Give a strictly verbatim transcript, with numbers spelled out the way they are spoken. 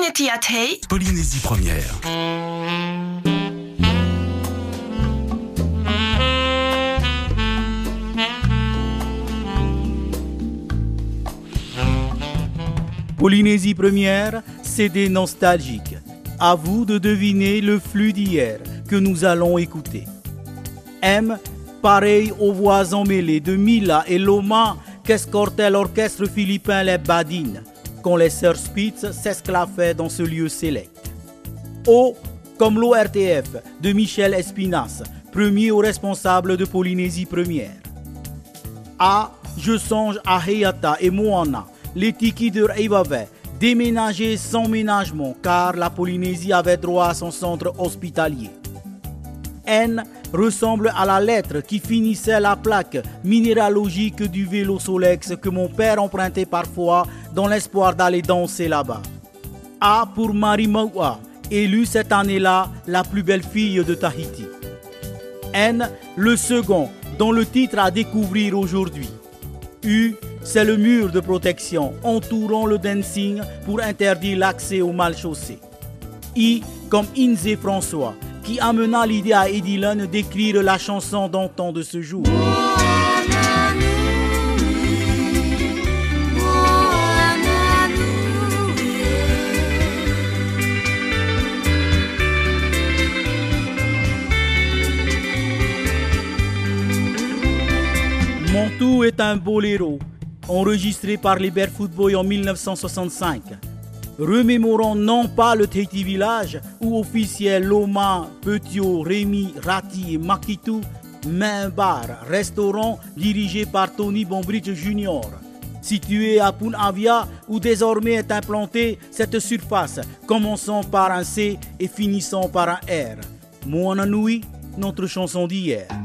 Tiatei. Polynésie première. Polynésie première, C D nostalgique. À vous de deviner le flux d'hier que nous allons écouter. M, pareil aux voix emmêlées de Mila et Loma qu'escortait l'orchestre philippin Les Badines, quand les sœurs Spitz s'esclaffaient dans ce lieu sélect. O, comme l'O R T F de Michel Espinas, premier au responsable de Polynésie première. A, je songe à Heiata et Moana, les Tiki de Reivave, déménagés sans ménagement car la Polynésie avait droit à son centre hospitalier. N ressemble à la lettre qui finissait la plaque minéralogique du vélo Solex que mon père empruntait parfois dans l'espoir d'aller danser là-bas. A pour Marie Maua, élue cette année-là la plus belle fille de Tahiti. N, le second, dont le titre à découvrir aujourd'hui. U, c'est le mur de protection entourant le dancing pour interdire l'accès aux mal-chaussés. I, comme Inze François, qui amena l'idée à Edilon d'écrire la chanson d'antan de ce jour. Montou est un boléro, enregistré par les Barefoot Boys en mille neuf cent soixante-cinq. Remémorant non pas le Tahiti Village où officiaient Loma, Petio, Rémi, Rati et Makitu, mais un bar, restaurant dirigé par Tony Bombridge junior Situé à Punavia où désormais est implantée cette surface, commençant par un C et finissant par un R. Moana Nui, notre chanson d'hier.